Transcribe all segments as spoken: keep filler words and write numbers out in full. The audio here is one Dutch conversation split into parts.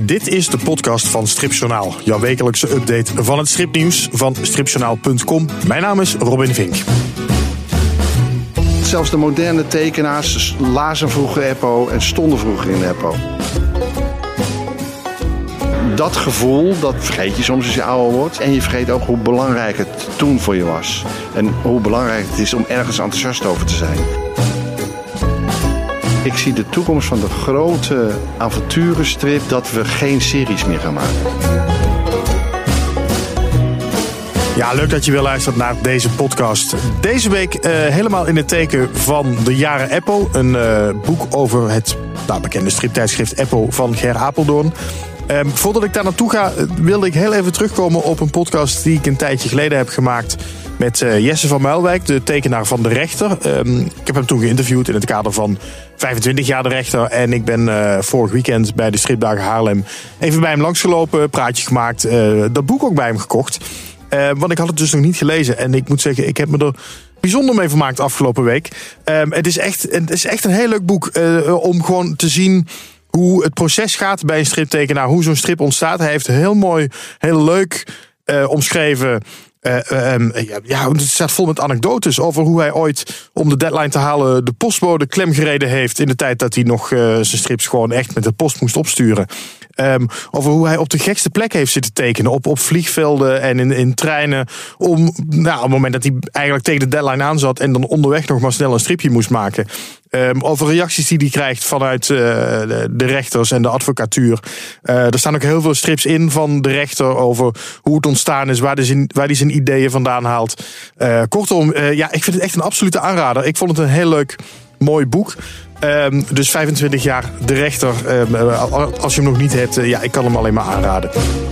Dit is de podcast van Stripjournaal. Jouw wekelijkse update van het stripnieuws van stripjournaal punt com. Mijn naam is Robin Vink. Zelfs de moderne tekenaars lazen vroeger Eppo en stonden vroeger in Eppo. Dat gevoel, dat vergeet je soms als je ouder wordt. En je vergeet ook hoe belangrijk het toen voor je was. En hoe belangrijk het is om ergens enthousiast over te zijn. Ik zie de toekomst van de grote avonturenstrip dat we geen series meer gaan maken. Ja, leuk dat je weer luistert naar deze podcast. Deze week uh, helemaal in het teken van de jaren Eppo. Een uh, boek over het nou, bekende striptijdschrift Eppo van Ger Apeldoorn. Um, voordat ik daar naartoe ga, wilde ik heel even terugkomen op een podcast die ik een tijdje geleden heb gemaakt met uh, Jesse van Muilwijk, de tekenaar van De Rechter. Um, ik heb hem toen geïnterviewd in het kader van vijfentwintig jaar De Rechter. En ik ben uh, vorig weekend bij de Stripdagen Haarlem even bij hem langsgelopen, praatje gemaakt, uh, dat boek ook bij hem gekocht. Uh, want ik had het dus nog niet gelezen. En ik moet zeggen, ik heb me er bijzonder mee vermaakt afgelopen week. Um, het, is echt, het is echt een heel leuk boek uh, om gewoon te zien hoe het proces gaat bij een striptekenaar. Hoe zo'n strip ontstaat. Hij heeft heel mooi, heel leuk uh, omschreven. Uh, um, ja, het staat vol met anekdotes over hoe hij ooit om de deadline te halen de postbode klem gereden heeft in de tijd dat hij nog uh, zijn strips gewoon echt met de post moest opsturen. Um, over hoe hij op de gekste plek heeft zitten tekenen. Op, op vliegvelden en in, in treinen. Om, nou, op het moment dat hij eigenlijk tegen de deadline aan zat en dan onderweg nog maar snel een stripje moest maken. Um, over reacties die hij krijgt vanuit uh, de, de rechters en de advocatuur. Uh, er staan ook heel veel strips in van de rechter over hoe het ontstaan is, waar hij zijn, waar die zijn ideeën vandaan haalt. Uh, kortom, uh, ja, ik vind het echt een absolute aanrader. Ik vond het een heel leuk, mooi boek. Um, dus vijfentwintig jaar De Rechter. Um, als je hem nog niet hebt, uh, ja, ik kan hem alleen maar aanraden.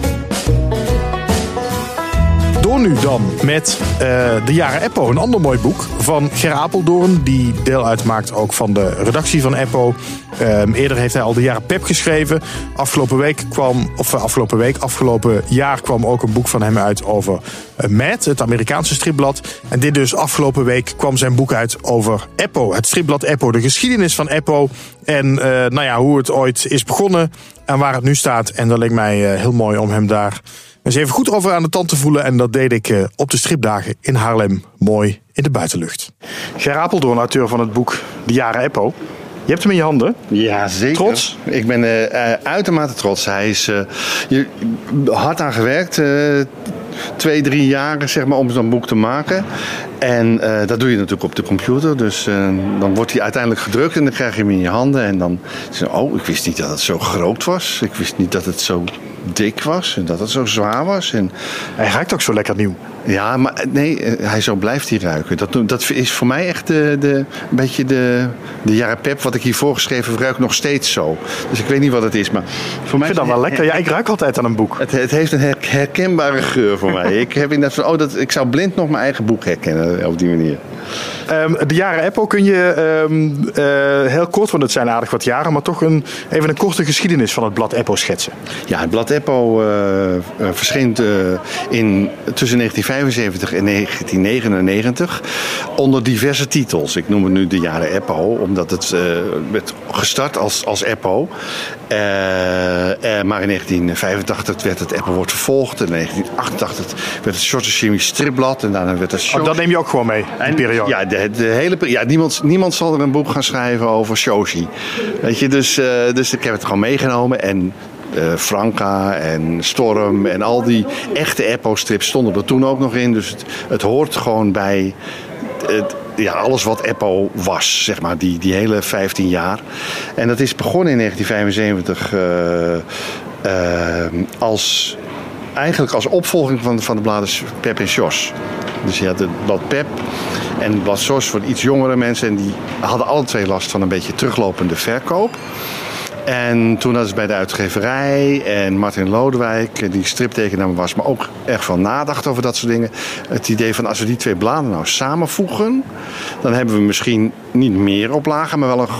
Door nu dan met uh, De Jaren Eppo, een ander mooi boek van Ger Apeldoorn, die deel uitmaakt ook van de redactie van Eppo. Um, eerder heeft hij al De Jaren Pep geschreven. Afgelopen week kwam, of afgelopen week, afgelopen jaar kwam ook een boek van hem uit over uh, Mad, het Amerikaanse stripblad. En dit dus afgelopen week kwam zijn boek uit over Eppo, het stripblad Eppo, de geschiedenis van Eppo. En uh, nou ja, hoe het ooit is begonnen en waar het nu staat. En dat leek mij uh, heel mooi om hem daar eens even goed over aan de tand te voelen. En dat deed ik uh, op de stripdagen in Haarlem, mooi in de buitenlucht. Ger Apeldoorn, auteur van het boek De Jaren Eppo. Je hebt hem in je handen. Ja, zeker. Trots? Ik ben uh, uitermate trots. Hij is uh, je, hard aan gewerkt. Uh, twee, drie jaar zeg maar, om zo'n boek te maken. En uh, dat doe je natuurlijk op de computer. Dus uh, dan wordt hij uiteindelijk gedrukt en dan krijg je hem in je handen. En dan zeg je, oh, ik wist niet dat het zo groot was. Ik wist niet dat het zo dik was en dat het zo zwaar was. En hij ruikt ook zo lekker nieuw. Ja, maar nee, hij zo blijft hij ruiken. Dat, dat is voor mij echt de, de, een beetje de, de Jaren Pep wat ik hiervoor geschreven heb, ruikt nog steeds zo. Dus ik weet niet wat het is, maar voor mij ik vind dat wel lekker. Ja, ik ruik altijd aan een boek. Het, het heeft een herkenbare geur voor mij. Ik heb inderdaad van, oh, dat, ik zou blind nog mijn eigen boek herkennen op die manier. Um, de Jaren Eppo kun je um, uh, heel kort, want het zijn aardig wat jaren, maar toch een, even een korte geschiedenis van het blad Eppo schetsen. Ja, het blad Eppo uh, uh, verscheen uh, in, tussen negentien vijfenzeventig en negentien negenennegentig onder diverse titels. Ik noem het nu De Jaren Eppo, omdat het uh, werd gestart als, als Eppo. Uh, uh, maar in negentien vijfentachtig werd het Eppo wordt vervolgd. In negentien achtentachtig werd het Short Semi stripblad en daarna werd het Shoshi. Oh, dat neem je ook gewoon mee, die en, periode? Ja, de, de hele, ja niemand, niemand zal er een boek gaan schrijven over Shoshi. Weet je, dus, uh, dus ik heb het gewoon meegenomen en Uh, Franka en Storm en al die echte Eppo-strips stonden er toen ook nog in. Dus het, het hoort gewoon bij het, ja, alles wat Eppo was, zeg maar, die, die hele vijftien jaar. En dat is begonnen in negentien vijfenzeventig uh, uh, als, eigenlijk als opvolging van, van de bladen Pep en Sjors. Dus je had het blad Pep en het blad Sjors voor iets jongere mensen. En die hadden alle twee last van een beetje teruglopende verkoop. En toen hadden ze bij de uitgeverij en Martin Lodewijk, die striptekenaar was, maar ook erg veel nadacht over dat soort dingen. Het idee van als we die twee bladen nou samenvoegen, dan hebben we misschien niet meer oplagen, maar wel een,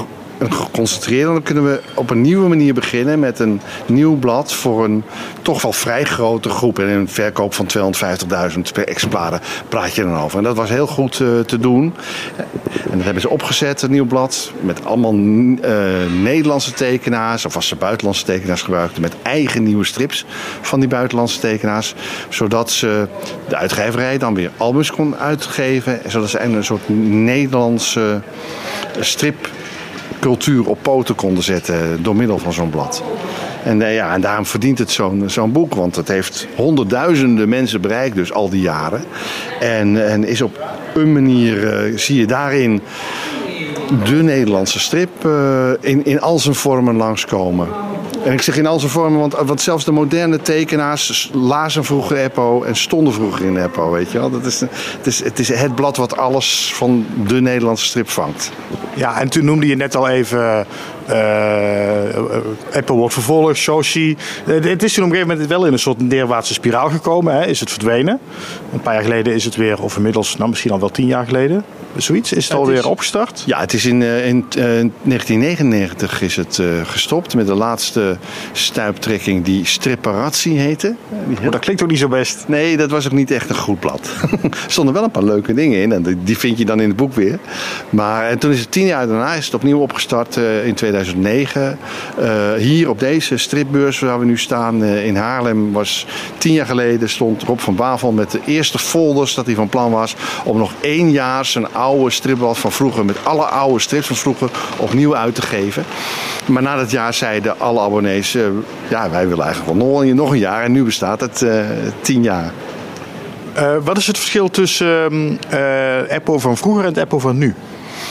een geconcentreerde. Dan kunnen we op een nieuwe manier beginnen met een nieuw blad voor een toch wel vrij grote groep. En een verkoop van tweehonderdvijftigduizend per exemplaren praat je dan over. En dat was heel goed uh, te doen. En dat hebben ze opgezet, een nieuw blad, met allemaal uh, Nederlandse tekenaars, of als ze buitenlandse tekenaars gebruikten, met eigen nieuwe strips van die buitenlandse tekenaars. Zodat ze de uitgeverij dan weer albums kon uitgeven. Zodat ze een soort Nederlandse stripcultuur op poten konden zetten door middel van zo'n blad. En, uh, ja, en daarom verdient het zo'n, zo'n boek. Want het heeft honderdduizenden mensen bereikt dus al die jaren. En, en is op een manier, uh, zie je daarin de Nederlandse strip uh, in, in al zijn vormen langskomen. En ik zeg in al zijn vormen, want, want zelfs de moderne tekenaars lazen vroeger Eppo en stonden vroeger in Eppo, weet je wel. Dat is, het, is, het is het blad wat alles van de Nederlandse strip vangt. Ja, en toen noemde je net al even uh, Eppo wordt vervolgd, Shoshi. Uh, het is toen op een gegeven moment wel in een soort neerwaartse spiraal gekomen. Hè? Is het verdwenen? Een paar jaar geleden is het weer, of inmiddels, nou misschien al wel tien jaar geleden, zoiets. Is het, het alweer is, opgestart? Ja, het is in, uh, in uh, negentien negenennegentig is het uh, gestopt met de laatste stuiptrekking die Striparatie heette. Oh, dat klinkt ook niet zo best. Nee, dat was ook niet echt een goed blad. Er stonden wel een paar leuke dingen in en die vind je dan in het boek weer. Maar en toen is het tien jaar daarna is het opnieuw opgestart uh, in tweeduizend negen. Uh, hier op deze stripbeurs waar we nu staan uh, in Haarlem was tien jaar geleden stond Rob van Bavel met de eerste folders dat hij van plan was om nog één jaar zijn oude stripblad van vroeger met alle oude strips van vroeger opnieuw uit te geven. Maar na dat jaar zeiden alle abonnees, uh, ja, wij willen eigenlijk wel nog, nog een jaar en nu bestaat het uh, tien jaar. Uh, wat is het verschil tussen uh, Eppo van vroeger en het Eppo van nu?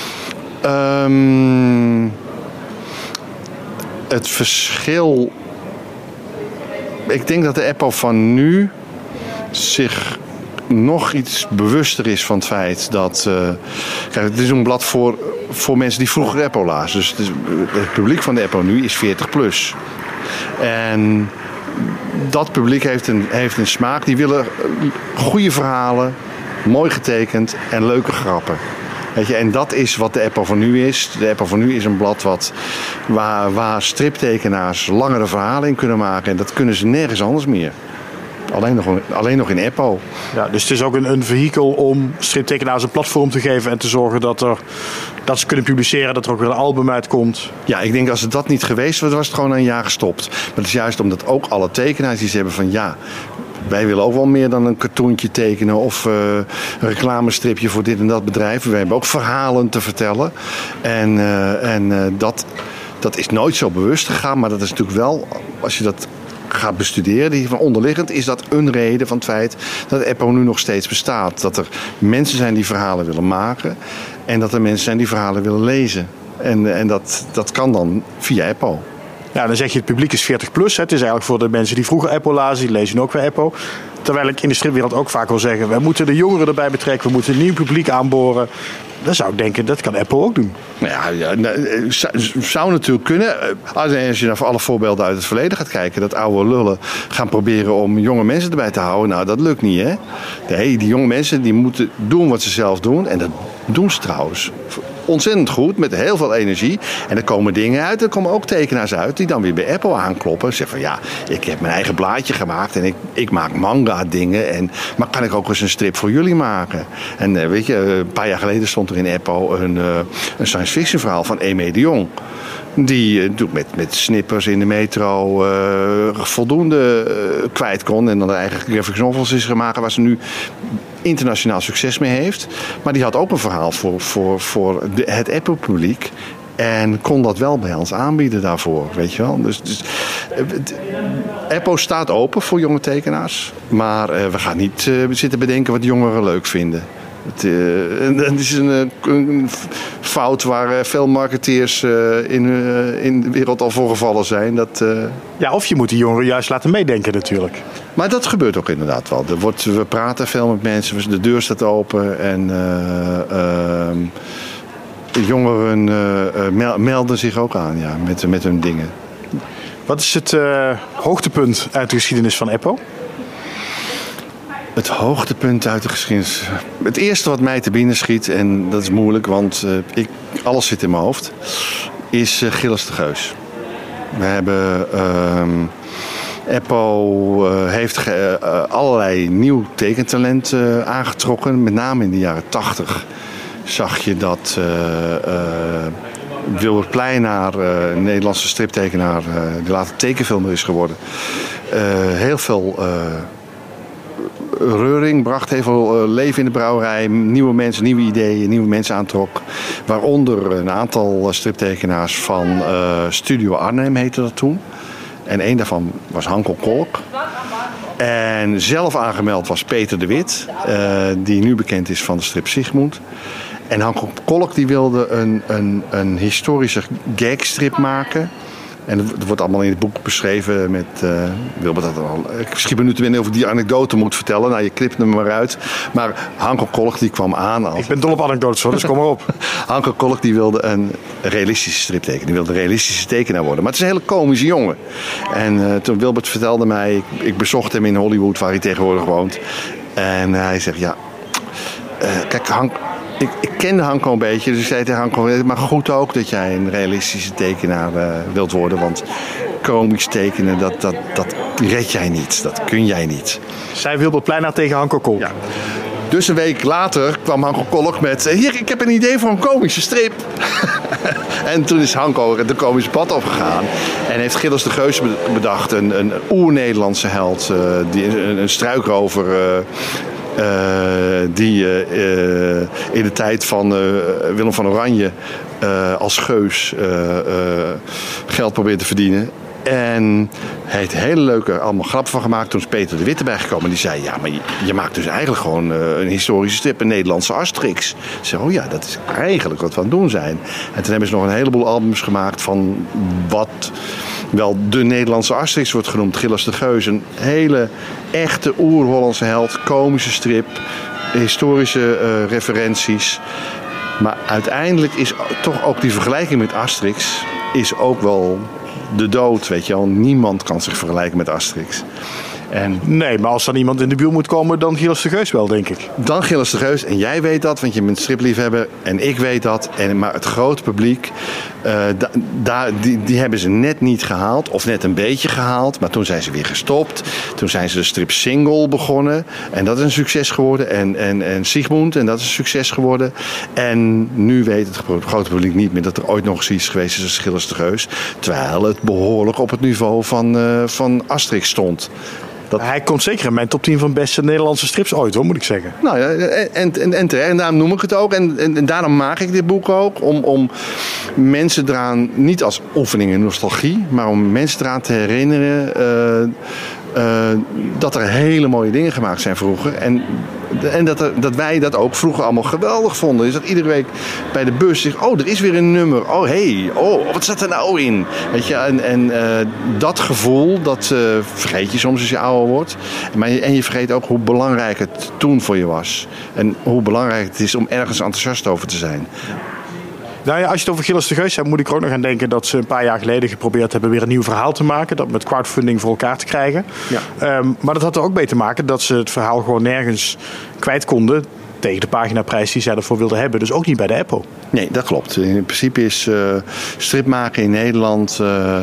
Um, het verschil... Ik denk dat de Eppo van nu zich nog iets bewuster is van het feit dat... Uh, kijk, het is een blad voor, voor mensen die vroeger Eppo lazen. Dus het, is, het publiek van de Eppo nu is veertig plus. En dat publiek heeft een, heeft een smaak. Die willen goede verhalen, mooi getekend en leuke grappen. Weet je, en dat is wat de Eppo van nu is. De Eppo van nu is een blad wat, waar, waar striptekenaars langere verhalen in kunnen maken. En dat kunnen ze nergens anders meer. Alleen nog, alleen nog in Eppo. Ja, dus het is ook een, een vehikel om striptekenaars een platform te geven en te zorgen dat, er, dat ze kunnen publiceren, dat er ook weer een album uitkomt. Ja, ik denk als het dat niet geweest was, was het gewoon een jaar gestopt. Maar het is juist omdat ook alle tekenaars die ze hebben van ja, wij willen ook wel meer dan een cartoontje tekenen of uh, een reclamestripje voor dit en dat bedrijf. We hebben ook verhalen te vertellen. En, uh, en uh, dat, dat is nooit zo bewust gegaan, maar dat is natuurlijk wel, als je dat gaat bestuderen, die van onderliggend is dat een reden van het feit dat Eppo nu nog steeds bestaat. Dat er mensen zijn die verhalen willen maken en dat er mensen zijn die verhalen willen lezen. En, en dat, dat kan dan via Eppo. Ja, dan zeg je het publiek is veertig plus. Het is eigenlijk voor de mensen die vroeger Eppo lazen, die lezen nu ook weer Eppo. Terwijl ik in de stripwereld ook vaak wil zeggen, we moeten de jongeren erbij betrekken, we moeten een nieuw publiek aanboren. Dan zou ik denken, dat kan Eppo ook doen. Ja, ja zou, zou natuurlijk kunnen. Als je naar alle voorbeelden uit het verleden gaat kijken, dat oude lullen gaan proberen om jonge mensen erbij te houden. Nou, dat lukt niet, hè. Nee, die jonge mensen die moeten doen wat ze zelf doen. En dat doen ze trouwens ontzettend goed, met heel veel energie. En er komen dingen uit, er komen ook tekenaars uit die dan weer bij Eppo aankloppen. En zeggen van ja, ik heb mijn eigen blaadje gemaakt en ik, ik maak manga dingen. En, maar kan ik ook eens een strip voor jullie maken? En weet je, een paar jaar geleden stond er in Eppo een, een science fiction verhaal van Aimé de Jong. Die uh, met, met snippers in de metro uh, voldoende uh, kwijt kon. En dan de eigen graphic novels is gemaakt waar ze nu internationaal succes mee heeft. Maar die had ook een verhaal voor, voor, voor de, het Eppo-publiek. En kon dat wel bij ons aanbieden daarvoor, weet je wel. Dus, dus Eppo staat open voor jonge tekenaars. Maar uh, we gaan niet uh, zitten bedenken wat jongeren leuk vinden. Het, uh, het is een, een fout waar veel marketeers uh, in, uh, in de wereld al voor gevallen zijn. Dat, uh... Ja, of je moet die jongeren juist laten meedenken natuurlijk. Maar dat gebeurt ook inderdaad wel. Er wordt, we praten veel met mensen, de deur staat open en uh, uh, jongeren uh, melden zich ook aan ja, met, met hun dingen. Wat is het uh, hoogtepunt uit de geschiedenis van Eppo? Het hoogtepunt uit de geschiedenis. Het eerste wat mij te binnen schiet, en dat is moeilijk, want uh, ik, alles zit in mijn hoofd. is uh, Gilles de Geus. We hebben... Uh, Eppo uh, heeft ge, uh, allerlei nieuw tekentalent uh, aangetrokken. Met name in de jaren tachtig zag je dat uh, uh, Wilbert Pleinaar, uh, een Nederlandse striptekenaar, uh, die later tekenfilmer is geworden, uh, heel veel uh, reuring bracht, heel veel uh, leven in de brouwerij, nieuwe mensen, nieuwe ideeën, nieuwe mensen aantrok. Waaronder een aantal striptekenaars van uh, Studio Arnhem heette dat toen. En een daarvan was Hanko Kolk. En zelf aangemeld was Peter de Wit, uh, die nu bekend is van de strip Sigmund. En Hanko Kolk die wilde een, een, een historische gagstrip maken. En het wordt allemaal in het boek beschreven met... Uh, Wilbert dat al, ik schiet me nu te binnen of ik die anekdote moet vertellen. Nou, je knipt hem maar uit. Maar Hanko Kolk die kwam aan als... Ik ben dol op anekdotes hoor, dus kom maar op. Hanko Kolk die wilde een realistische striptekenaar. Die wilde een realistische tekenaar worden. Maar het is een hele komische jongen. En uh, toen Wilbert vertelde mij... Ik, ik bezocht hem in Hollywood, waar hij tegenwoordig woont. En hij zegt, ja... Uh, kijk, Hank... Ik, ik kende Hanko een beetje, dus ik zei tegen Hanko... maar goed ook dat jij een realistische tekenaar uh, wilt worden. Want komisch tekenen, dat, dat, dat red jij niet. Dat kun jij niet. Zij Wilbert Pleinaar tegen Hanko Kolk. Ja. Dus een week later kwam Hanko Kolk met... Hier, ik heb een idee voor een komische strip. En toen is Hanko de komische pad opgegaan. En heeft Gilles de Geus bedacht. Een, een oer-Nederlandse held. Uh, die, een, een struikrover... Uh, Uh, die uh, uh, in de tijd van uh, Willem van Oranje uh, als geus uh, uh, geld probeert te verdienen. En hij heeft hele leuke allemaal grappen van gemaakt. Toen is Peter de Wit erbij gekomen. Die zei, ja, maar je, je maakt dus eigenlijk gewoon uh, een historische strip. Een Nederlandse Asterix. Ik zei, oh ja, dat is eigenlijk wat we aan het doen zijn. En toen hebben ze nog een heleboel albums gemaakt van wat... wel de Nederlandse Asterix wordt genoemd. Gilles de Geus. Een hele echte oer-Hollandse held. Komische strip. Historische uh, referenties. Maar uiteindelijk is toch ook die vergelijking met Asterix... is ook wel de dood, weet je wel. Niemand kan zich vergelijken met Asterix. En nee, maar als dan iemand in de buurt moet komen, dan Gilles de Geus wel, denk ik. Dan Gilles de Geus. En jij weet dat, want je bent stripliefhebber. En ik weet dat. En, maar het grote publiek, uh, da, da, die, die hebben ze net niet gehaald. Of net een beetje gehaald. Maar toen zijn ze weer gestopt. Toen zijn ze de strip Single begonnen. En dat is een succes geworden. En, en, en Sigmund, en dat is een succes geworden. En nu weet het grote publiek niet meer dat er ooit nog eens iets geweest is als Gilles de Geus. Terwijl het behoorlijk op het niveau van, uh, van Asterix stond. Dat... Hij komt zeker in mijn top tien van beste Nederlandse strips ooit, hoor, moet ik zeggen. Nou ja, en, en, en terecht. En daarom noem ik het ook. En, en, en daarom maak ik dit boek ook. Om, om mensen eraan, niet als oefening in nostalgie, maar om mensen eraan te herinneren uh, uh, dat er hele mooie dingen gemaakt zijn vroeger. En, en dat, er, dat wij dat ook vroeger allemaal geweldig vonden. Dus dat iedere week bij de bus zegt, oh, er is weer een nummer. Oh, hé, hey, oh, wat staat er nou in? Weet je, en, en uh, dat gevoel, dat uh, vergeet je soms als je ouder wordt. Maar je, en je vergeet ook hoe belangrijk het toen voor je was. En hoe belangrijk het is om ergens enthousiast over te zijn. Nou ja, als je het over Gilles de Geus hebt, moet ik er ook nog aan denken dat ze een paar jaar geleden geprobeerd hebben weer een nieuw verhaal te maken. Dat met crowdfunding voor elkaar te krijgen. Ja. Um, maar dat had er ook mee te maken dat ze het verhaal gewoon nergens kwijt konden. Tegen de paginaprijs die zij ervoor wilden hebben. Dus ook niet bij de Eppo. Nee, dat klopt. In principe is uh, strip maken in Nederland... Uh,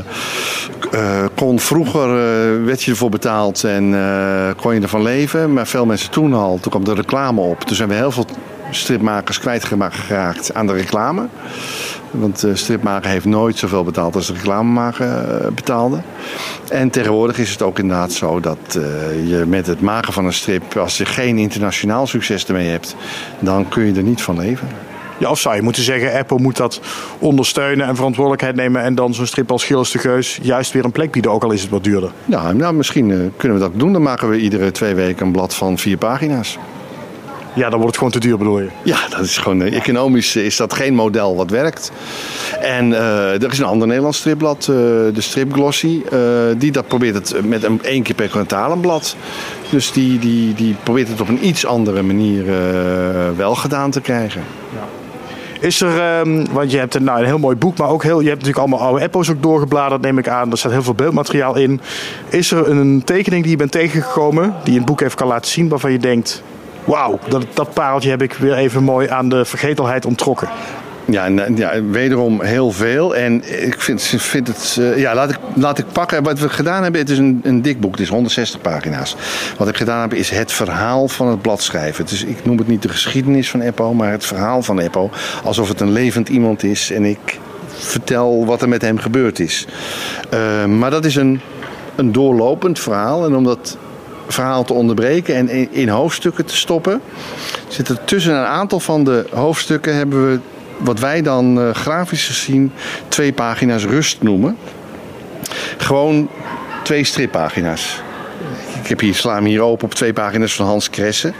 uh, kon vroeger, uh, werd je ervoor betaald en uh, kon je ervan leven. Maar veel mensen toen al, toen kwam de reclame op. Toen zijn we heel veel stripmakers kwijtgeraakt aan de reclame. Want uh, stripmaker heeft nooit zoveel betaald als de reclamemaker uh, betaalde. En tegenwoordig is het ook inderdaad zo dat uh, je met het maken van een strip... als je geen internationaal succes ermee hebt, dan kun je er niet van leven. Ja, of zou je moeten zeggen, Eppo moet dat ondersteunen en verantwoordelijkheid nemen... en dan zo'n strip als Gilles de Geus juist weer een plek bieden, ook al is het wat duurder. Ja, nou, misschien uh, kunnen we dat doen. Dan maken we iedere twee weken een blad van vier pagina's. Ja, dan wordt het gewoon te duur, bedoel je? Ja, dat is gewoon, uh, economisch is dat geen model wat werkt. En uh, er is een ander Nederlands stripblad, uh, de Strip Glossy, uh, die dat probeert het met een één keer per kwartaal een blad. Dus die, die, die probeert het op een iets andere manier uh, wel gedaan te krijgen. Ja. Is er, um, want je hebt een, nou, een heel mooi boek, maar ook heel, je hebt natuurlijk allemaal oude Eppo's ook doorgebladerd, neem ik aan. Er staat heel veel beeldmateriaal in. Is er een tekening die je bent tegengekomen, die je in het boek even kan laten zien, waarvan je denkt... Wauw, dat, dat pareltje heb ik weer even mooi aan de vergetelheid onttrokken. Ja, en, ja, wederom heel veel. En ik vind, vind het... Uh, ja, laat ik, laat ik pakken. Wat we gedaan hebben, het is een, een dik boek. Het is honderdzestig pagina's. Wat ik gedaan heb, is het verhaal van het blad schrijven. Dus ik noem het niet de geschiedenis van Eppo, maar het verhaal van Eppo. Alsof het een levend iemand is en ik vertel wat er met hem gebeurd is. Uh, maar dat is een, een doorlopend verhaal. En om dat verhaal te onderbreken en in, in hoofdstukken te stoppen, zit er tussen een aantal van de hoofdstukken hebben we wat wij dan uh, grafisch gezien twee pagina's rust noemen. Gewoon twee strippagina's. Ik heb hier, sla hem hier open op twee pagina's van Hans Kresse.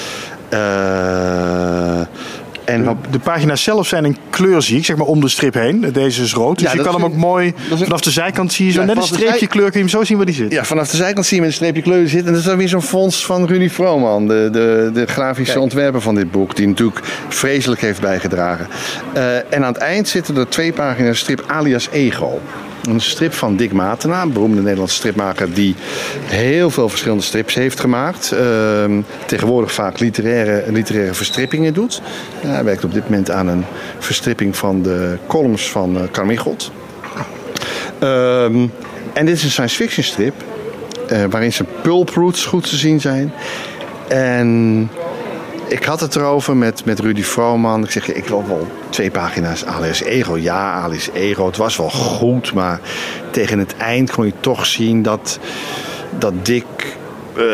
Uh, En de, de pagina's zelf zijn in kleur, zie ik, zeg maar om de strip heen. Deze is rood, dus ja, je kan hem ook mooi... Een, vanaf de zijkant zie je zo ja, net een streepje zij... kleur, kun je hem zo zien waar die zit. Ja, vanaf de zijkant zie je met een streepje kleur zitten. En dat is dan weer zo'n fonds van Rudy Vrooman, de, de, de grafische Kijk. ontwerper van dit boek. Die natuurlijk vreselijk heeft bijgedragen. Uh, en aan het eind zitten er twee pagina's strip alias Ego. Een strip van Dick Matena, een beroemde Nederlandse stripmaker die heel veel verschillende strips heeft gemaakt. Uh, tegenwoordig vaak literaire, literaire verstrippingen doet. Uh, hij werkt op dit moment aan een verstripping van de columns van uh, Carmichael. Uh, en dit is een science fiction strip uh, waarin zijn pulp roots goed te zien zijn. En ik had het erover met, met Rudy Vrooman. Ik zeg, ik wil wel twee pagina's alias Ego. Ja, alias Ego. Het was wel goed, maar tegen het eind kon je toch zien dat, dat Dick uh,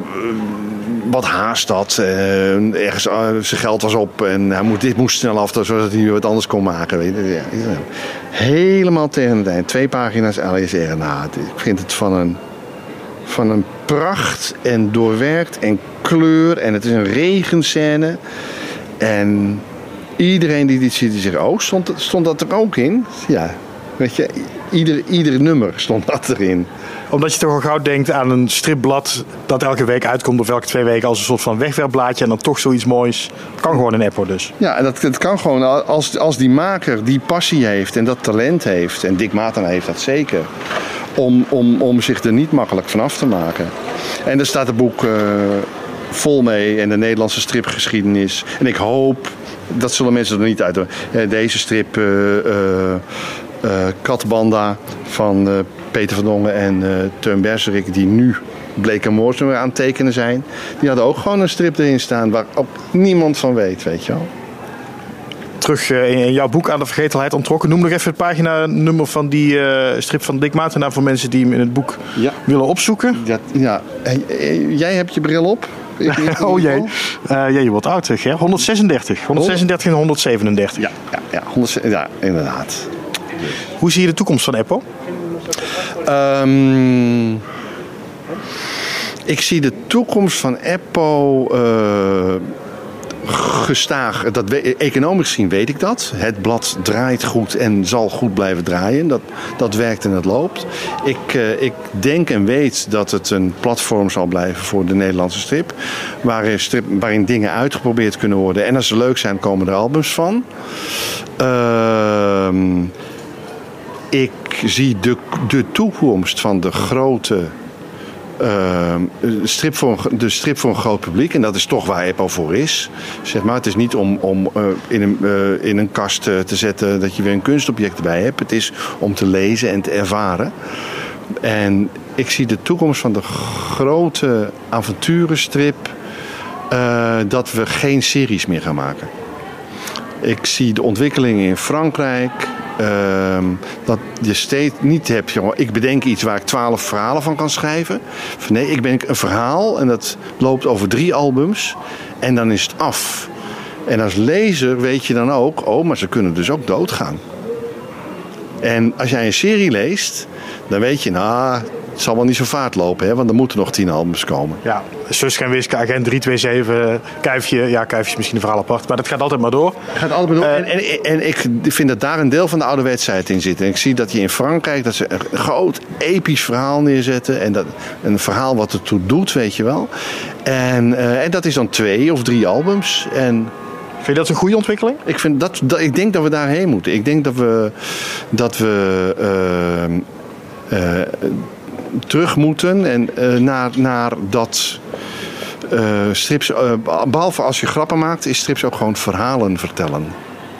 wat haast had. Uh, ergens uh, zijn geld was op en hij moest, dit moest snel af, zodat hij wat anders kon maken. Weet je. Ja, helemaal tegen het eind. Twee pagina's alias Ego. Nou, ik vind het van een, van een pracht en doorwerkt en kleur en het is een regenscène en iedereen die dit ziet die zegt, oh, stond, stond dat er ook in? Ja, weet je, ieder, ieder nummer stond dat erin. Omdat je toch al gauw denkt aan een stripblad dat elke week uitkomt of elke twee weken als een soort van wegwerpblaadje en dan toch zoiets moois. Kan gewoon in Eppo dus. Ja, en dat, dat kan gewoon als, als die maker die passie heeft en dat talent heeft, en Dick Matena heeft dat zeker, om, om, om zich er niet makkelijk van af te maken. En er staat een boek uh, vol mee en de Nederlandse stripgeschiedenis. En ik hoop, dat zullen mensen er niet uit doen. Uh, deze strip, uh, uh, uh, Katbanda van uh, Peter van Dongen en uh, Teun Berserik, die nu Bleek en Moorsen aan het tekenen zijn. Die hadden ook gewoon een strip erin staan waar ook niemand van weet, weet je wel. Terug in jouw boek Aan de Vergetelheid onttrokken. Noem nog even het paginanummer van die uh, strip van Dick Matena voor mensen die hem in het boek ja. willen opzoeken. Ja, ja. Jij hebt je bril op. Oh jee. Uh, jee, je wordt oud, Ger. honderdzesendertig. honderdzesendertig en honderdzevenendertig. Ja, ja, ja, honderd, ja, inderdaad. Hoe zie je de toekomst van Eppo? Um, ik zie de toekomst van Eppo Uh, gestaag, dat we, economisch gezien weet ik dat. Het blad draait goed en zal goed blijven draaien. Dat, dat werkt en het loopt. Ik, uh, ik denk en weet dat het een platform zal blijven voor de Nederlandse strip. Waarin, strip, waarin dingen uitgeprobeerd kunnen worden. En als ze leuk zijn, komen er albums van. Uh, ik zie de, de toekomst van de grote Uh, strip voor een, de strip voor een groot publiek. En dat is toch waar Eppo voor is. Zeg maar, het is niet om, om uh, in, een, uh, in een kast uh, te zetten dat je weer een kunstobject erbij hebt. Het is om te lezen en te ervaren. En ik zie de toekomst van de grote avonturenstrip uh, dat we geen series meer gaan maken. Ik zie de ontwikkelingen in Frankrijk. Uh, dat je steeds niet hebt, jongen, ik bedenk iets waar ik twaalf verhalen van kan schrijven. Nee, ik ben een verhaal en dat loopt over drie albums en dan is het af. En als lezer weet je dan ook, oh, maar ze kunnen dus ook doodgaan. En als jij een serie leest, dan weet je, nou, het zal wel niet zo vaart lopen, hè, want er moeten nog tien albums komen. Ja, Suske en Wiske, Agent drie twee zeven, Kuifje. Ja, Kuifje is misschien een verhaal apart, maar dat gaat altijd maar door. Het gaat altijd maar door. Uh, en, en, en ik vind dat daar een deel van de ouderwetsheid in zit. En ik zie dat je in Frankrijk, dat ze een groot, episch verhaal neerzetten. En dat, een verhaal wat ertoe doet, weet je wel. En, uh, en dat is dan twee of drie albums. En vind je dat een goede ontwikkeling? Ik, vind dat, dat, ik denk dat we daarheen moeten. Ik denk dat we... Dat we uh, uh, terug moeten en uh, naar, naar dat uh, strips, uh, behalve als je grappen maakt, is strips ook gewoon verhalen vertellen.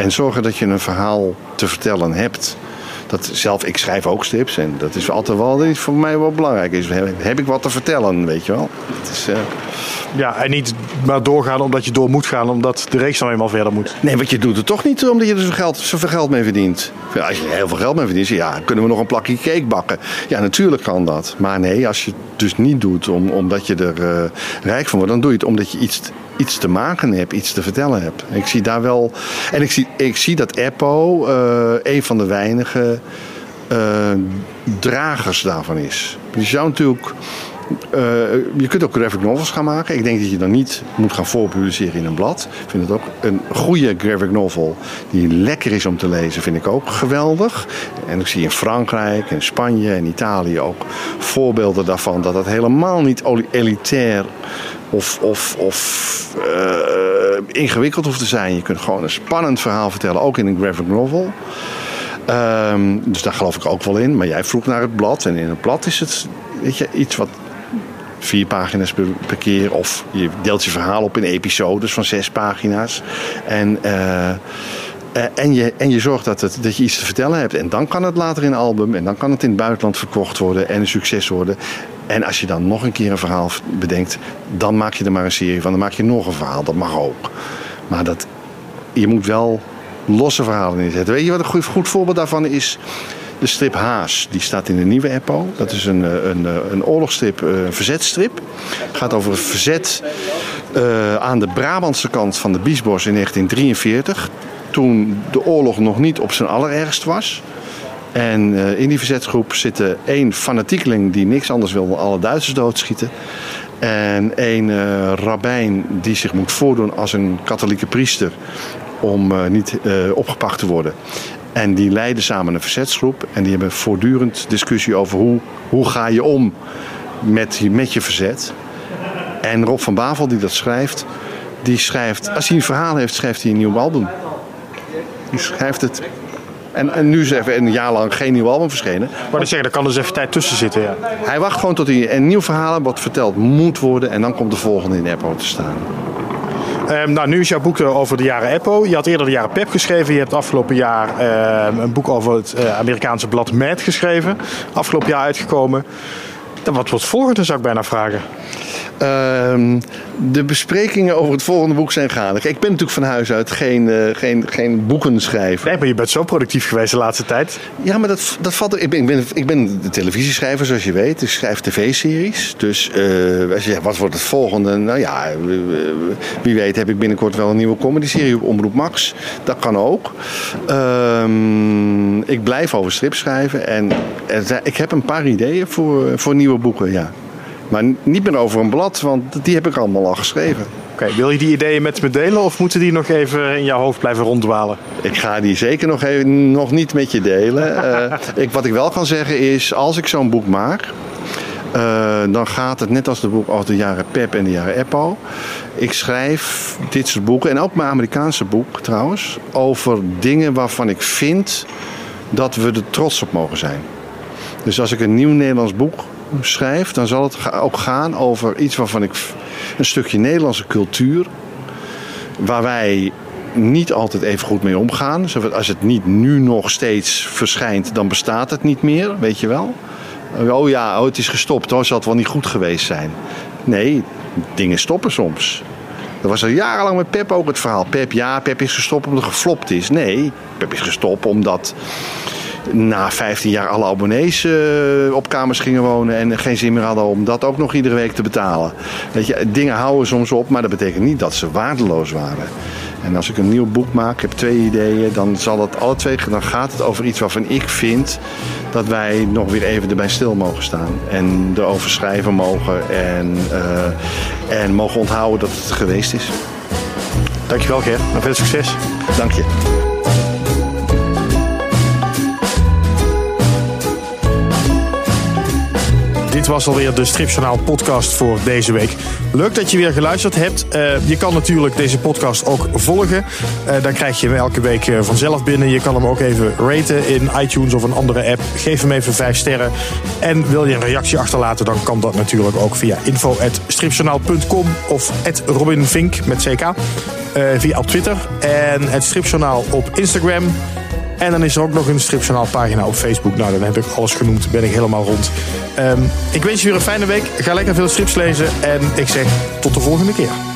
En zorgen dat je een verhaal te vertellen hebt. Dat zelf, ik schrijf ook strips en dat is altijd wel iets voor mij wel belangrijk is. Heb ik wat te vertellen, weet je wel. Het is, uh... Ja, en niet maar doorgaan omdat je door moet gaan, omdat de reeks nou eenmaal verder moet. Nee, want je doet het toch niet omdat je er zoveel geld, zoveel geld mee verdient. Als je er heel veel geld mee verdient, ja, kunnen we nog een plakje cake bakken. Ja, natuurlijk kan dat. Maar nee, als je het dus niet doet om, omdat je er uh, rijk van wordt, dan doe je het omdat je iets, iets te maken hebt, iets te vertellen hebt. Ik zie daar wel... En ik zie, ik zie dat Eppo uh, een van de weinige uh, dragers daarvan is. Je zou natuurlijk... Uh, je kunt ook graphic novels gaan maken. Ik denk dat je dan niet moet gaan voorpubliceren in een blad. Ik vind het ook een goede graphic novel die lekker is om te lezen, vind ik ook geweldig. En ik zie in Frankrijk en Spanje en Italië ook voorbeelden daarvan dat het helemaal niet elitair of, of, of uh, ingewikkeld hoeft te zijn. Je kunt gewoon een spannend verhaal vertellen, ook in een graphic novel. Um, dus daar geloof ik ook wel in. Maar jij vroeg naar het blad. En in het blad is het, weet je, iets wat vier pagina's per, per keer. Of je deelt je verhaal op in episodes van zes pagina's. En, uh, uh, en, je, en je zorgt dat, het, dat je iets te vertellen hebt. En dan kan het later in een album. En dan kan het in het buitenland verkocht worden. En een succes worden. En als je dan nog een keer een verhaal bedenkt. Dan maak je er maar een serie van. Dan maak je nog een verhaal. Dat mag ook. Maar dat, je moet wel losse verhalen inzetten. Weet je wat een goed, goed voorbeeld daarvan is? De strip Haas. Die staat in de nieuwe Eppo. Dat is een, een, een oorlogsstrip, een verzetstrip. Het gaat over het verzet uh, aan de Brabantse kant van de Biesbos in negentien drieënveertig. Toen de oorlog nog niet op zijn allerergst was. En uh, in die verzetsgroep zitten één fanatiekeling die niks anders wil dan alle Duitsers doodschieten. En één uh, rabbijn die zich moet voordoen als een katholieke priester om uh, niet uh, opgepakt te worden. En die leiden samen een verzetsgroep. En die hebben voortdurend discussie over hoe, hoe ga je om met, met je verzet. En Rob van Bavel die dat schrijft, die schrijft, als hij een verhaal heeft, schrijft hij een nieuw album. Die schrijft het. En, en nu is er even een jaar lang geen nieuw album verschenen. Maar dan zeggen, er kan dus even tijd tussen zitten, ja. Hij wacht gewoon tot hij een nieuw verhaal wat verteld moet worden. En dan komt de volgende in Eppo te staan. Um, nou, nu is jouw boek over de jaren Eppo. Je had eerder de jaren Pep geschreven. Je hebt afgelopen jaar uh, een boek over het uh, Amerikaanse blad Mad geschreven. Afgelopen jaar uitgekomen. Dan wat wordt het volgende, zou ik bijna vragen. Uh, de besprekingen over het volgende boek zijn gaande. Ik ben natuurlijk van huis uit geen, uh, geen, geen boekenschrijver. Nee, maar je bent zo productief geweest de laatste tijd. Ja, maar dat, dat valt er. Ik ben, ik, ben, ik ben de televisieschrijver, zoals je weet. Ik schrijf tv-series. Dus uh, als je zegt, wat wordt het volgende? Nou ja, uh, wie weet heb ik binnenkort wel een nieuwe comedy-serie op Omroep Max. Dat kan ook. Uh, ik blijf over strips schrijven. En er, ik heb een paar ideeën voor, voor nieuwe boeken, ja. Maar niet meer over een blad, want die heb ik allemaal al geschreven. Oké, okay, wil je die ideeën met me delen of moeten die nog even in jouw hoofd blijven ronddwalen? Ik ga die zeker nog, even, nog niet met je delen. uh, ik, wat ik wel kan zeggen is, als ik zo'n boek maak, uh, dan gaat het net als de boek over de jaren Pep en de jaren Eppo. Ik schrijf dit soort boeken, en ook mijn Amerikaanse boek trouwens, over dingen waarvan ik vind dat we er trots op mogen zijn. Dus als ik een nieuw Nederlands boek schrijf, dan zal het ook gaan over iets waarvan ik een stukje Nederlandse cultuur, waar wij niet altijd even goed mee omgaan. Als het niet nu nog steeds verschijnt, dan bestaat het niet meer, weet je wel. Oh ja, oh, het is gestopt, oh, zal het wel niet goed geweest zijn. Nee, dingen stoppen soms. Dat was al jarenlang met Pep ook het verhaal. Pep, ja, Pep is gestopt omdat het geflopt is. Nee, Pep is gestopt omdat na vijftien jaar alle abonnees uh, op kamers gingen wonen en geen zin meer hadden om dat ook nog iedere week te betalen. Weet je, dingen houden soms op, maar dat betekent niet dat ze waardeloos waren. En als ik een nieuw boek maak, ik heb twee ideeën, dan zal het alle twee, dan gaat het over iets waarvan ik vind dat wij nog weer even erbij stil mogen staan. En erover schrijven mogen en, uh, en mogen onthouden dat het geweest is. Dankjewel, Ger. En veel succes. Dank je. Dit was alweer de Stripjournaal podcast voor deze week. Leuk dat je weer geluisterd hebt. Uh, je kan natuurlijk deze podcast ook volgen. Uh, dan krijg je hem elke week uh, vanzelf binnen. Je kan hem ook even raten in iTunes of een andere app. Geef hem even vijf sterren. En wil je een reactie achterlaten, dan kan dat natuurlijk ook via info at stripjournaal punt com of at robinvink met ck. uh, via op Twitter. En het Stripjournaal op Instagram. En dan is er ook nog een Stripjournaal pagina op Facebook. Nou, dan heb ik alles genoemd. Ben ik helemaal rond. Um, ik wens je weer een fijne week. Ga lekker veel strips lezen. En ik zeg tot de volgende keer.